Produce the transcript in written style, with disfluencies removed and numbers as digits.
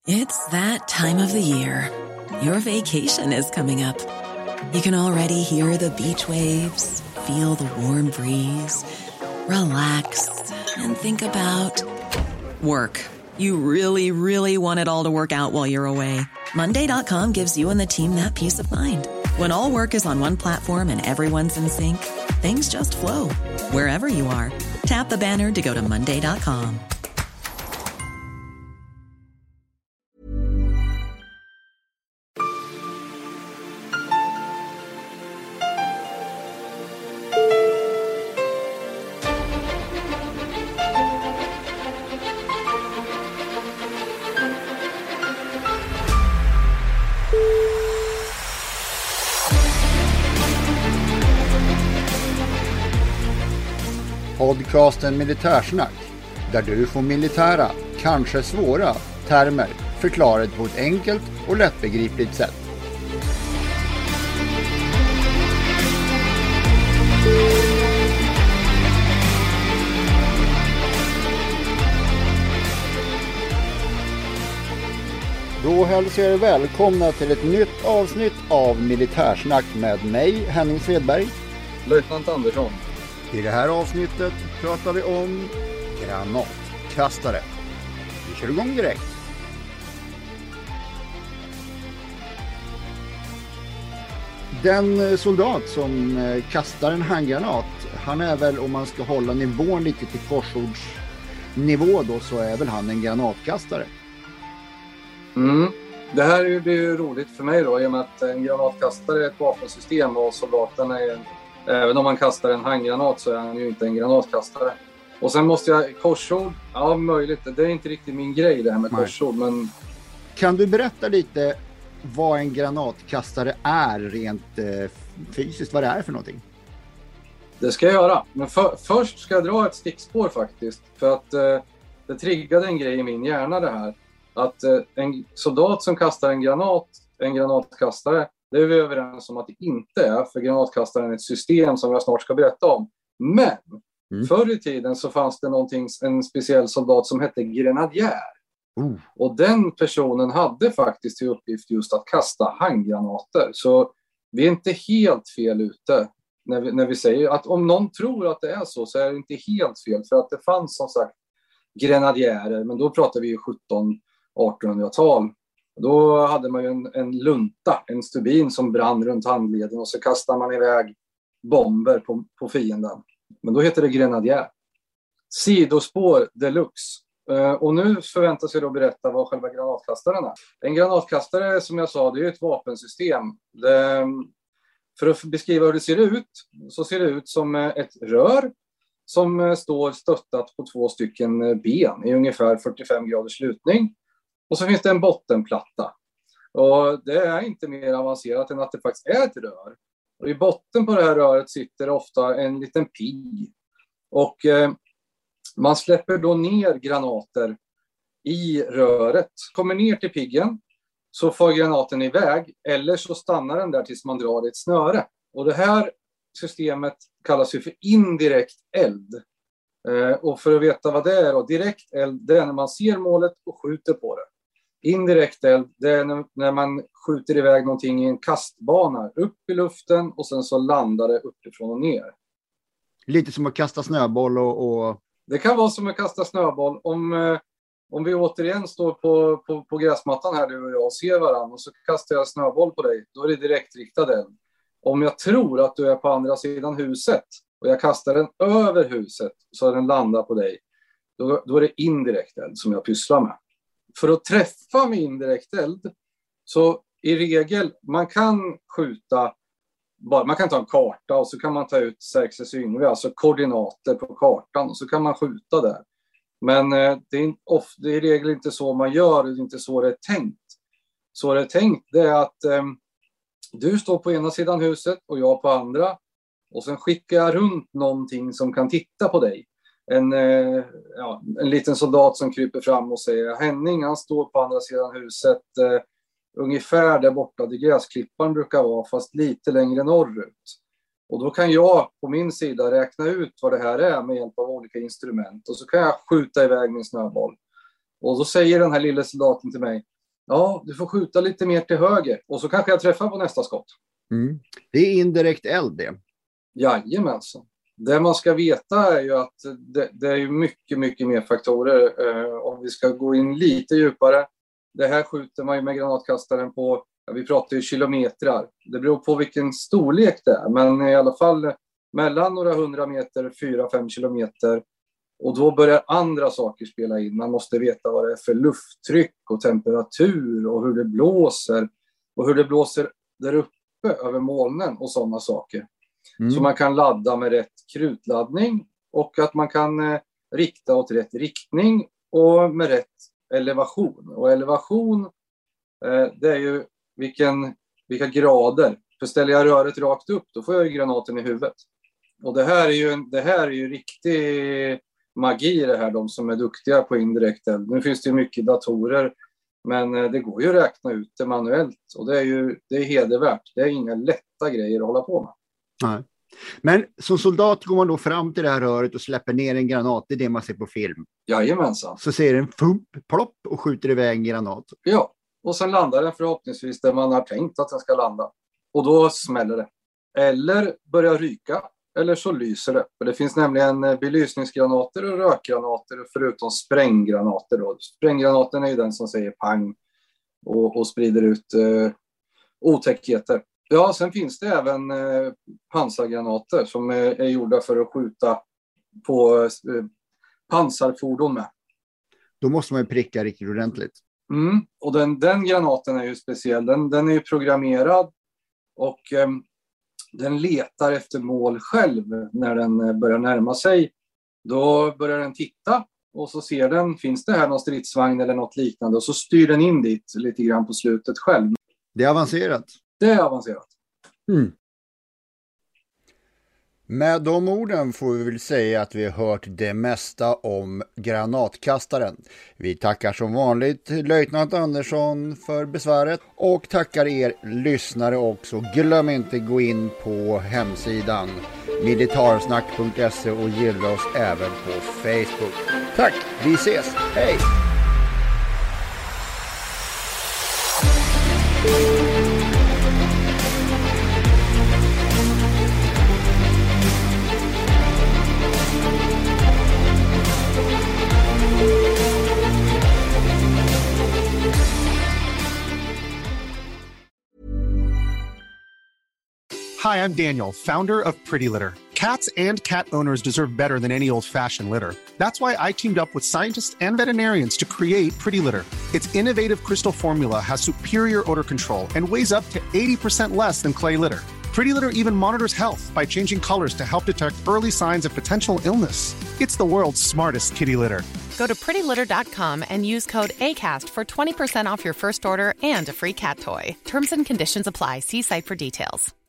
It's that time of the year. Your vacation is coming up. You can already hear the beach waves, feel the warm breeze, relax, and think about work. You really, really want it all to work out while you're away. Monday.com gives you and the team that peace of mind. When all work is on one platform and everyone's in sync, things just flow. Wherever you are, tap the banner to go to Monday.com. Podcasten Militärsnack, där du får militära, kanske svåra, termer förklarade på ett enkelt och lättbegripligt sätt. Då hälsar jag er välkomna till ett nytt avsnitt av Militärsnack med mig, Henning Svedberg. Löjtnant Andersson. I det här avsnittet pratar vi om granatkastare. Vi kör igång direkt. Den soldat som kastar en handgranat, han är väl, om man ska hålla nivån lite till korsordsnivå då, så är väl han en granatkastare. Det här blir ju roligt för mig då, i och med att en granatkastare är ett vapensystem och soldaten är, även om man kastar en handgranat så är han ju inte en granatkastare. Och sen måste jag, korsord, ja möjligt, det är inte riktigt min grej det här med korsord, men... Kan du berätta lite vad en granatkastare är rent fysiskt, vad det är för någonting? Det ska jag göra, men först ska jag dra ett stickspår faktiskt, för att det triggade en grej i min hjärna det här. Att en soldat som kastar en granatkastare, det är vi överens om att det inte är, för granatkastaren är ett system som jag snart ska berätta om. Men förr i tiden så fanns det en speciell soldat som hette grenadjär. Och den personen hade faktiskt till uppgift just att kasta handgranater. Så vi är inte helt fel ute när vi säger att om någon tror att det är så är det inte helt fel. För att det fanns som sagt grenadjärer, men då pratar vi ju 1700-1800-tal. Då hade man ju en lunta, en stubin som brann runt handleden och så kastade man iväg bomber på fienden. Men då heter det grenadjär. Sidospår deluxe. Och nu förväntas jag då berätta vad själva granatkastaren är. En granatkastare, som jag sa, det är ett vapensystem. För att beskriva hur det ser ut, så ser det ut som ett rör som står stöttat på 2 stycken ben i ungefär 45 graders lutning. Och så finns det en bottenplatta. Och det är inte mer avancerat än att det faktiskt är ett rör. Och i botten på det här röret sitter ofta en liten pigg. Och man släpper då ner granater i röret. Kommer ner till piggen så får granaten iväg. Eller så stannar den där tills man drar ett snöre. Och det här systemet kallas ju för indirekt eld. Och för att veta vad det är då, direkt eld, det är när man ser målet och skjuter på det. Indirekt eld, det är när man skjuter iväg någonting i en kastbana upp i luften och sen så landar det uppifrån och ner. Lite som att kasta snöboll och... Det kan vara som att kasta snöboll. Om vi återigen står på gräsmattan här, du och jag, och ser varandra och så kastar jag snöboll på dig, då är det direkt riktad eld. Om jag tror att du är på andra sidan huset och jag kastar den över huset så att den landar på dig, då är det indirekt eld som jag pysslar med. För att träffa med indirekt eld, så i regel, man kan skjuta, man kan ta en karta och så kan man ta ut Xerxes yngre, alltså koordinater på kartan, och så kan man skjuta där. Men det är i regel inte så man gör, det är inte så det är tänkt. Så det är tänkt, det är att du står på ena sidan huset och jag på andra, och sen skickar jag runt någonting som kan titta på dig. En liten soldat som kryper fram och säger Henning, han står på andra sidan huset, ungefär där borta där gräsklippan brukar vara, fast lite längre norrut. Och då kan jag på min sida räkna ut vad det här är med hjälp av olika instrument, och så kan jag skjuta iväg min snöboll. Och då säger den här lilla soldaten till mig, Ja, du får skjuta lite mer till höger. Och så kanske jag träffar på nästa skott. Det är indirekt eld det. Jajamensan. Det man ska veta är ju att det är ju mycket, mycket mer faktorer. Om vi ska gå in lite djupare. Det här skjuter man ju med granatkastaren på, vi pratar ju kilometrar. Det beror på vilken storlek det är. Men i alla fall mellan några 100 meter, 4-5 kilometer. Och då börjar andra saker spela in. Man måste veta vad det är för lufttryck och temperatur och hur det blåser. Och hur det blåser där uppe över molnen och sådana saker. Så man kan ladda med rätt krutladdning och att man kan rikta åt rätt riktning och med rätt elevation. Och elevation, det är ju vilka grader. För ställer jag röret rakt upp, då får jag ju granaten i huvudet. Och det här är ju riktig magi det här, de som är duktiga på indirekt eld. Nu finns det ju mycket datorer, men det går ju att räkna ut det manuellt. Och det är hedervärt. Det är inga lätta grejer att hålla på med. Nej. Men som soldat går man då fram till det här röret och släpper ner en granat. Det är det man ser på film. Jajamensan. Så ser en fump, plopp och skjuter iväg en granat. Ja, och sen landar den förhoppningsvis där man har tänkt att den ska landa. Och då smäller det. Eller börjar ryka. Eller så lyser det. För det finns nämligen belysningsgranater och rökgranater förutom spränggranater. Då. Spränggranaten är ju den som säger pang och sprider ut otäckheter. Ja, sen finns det även pansargranater som är gjorda för att skjuta på pansarfordon med. Då måste man ju pricka riktigt ordentligt. Och den granaten är ju speciell. Den är ju programmerad och den letar efter mål själv när den börjar närma sig. Då börjar den titta och så ser den, finns det här någon stridsvagn eller något liknande? Och så styr den in dit lite grann på slutet själv. Det är avancerat. Det är avancerat. Med de orden får vi väl säga att vi har hört det mesta om granatkastaren. Vi tackar som vanligt löjtnant Andersson för besväret och tackar er lyssnare också. Glöm inte gå in på hemsidan militarsnack.se och gilla oss även på Facebook. Tack, vi ses, hej! Hi, I'm Daniel, founder of Pretty Litter. Cats and cat owners deserve better than any old-fashioned litter. That's why I teamed up with scientists and veterinarians to create Pretty Litter. Its innovative crystal formula has superior odor control and weighs up to 80% less than clay litter. Pretty Litter even monitors health by changing colors to help detect early signs of potential illness. It's the world's smartest kitty litter. Go to prettylitter.com and use code ACAST for 20% off your first order and a free cat toy. Terms and conditions apply. See site for details.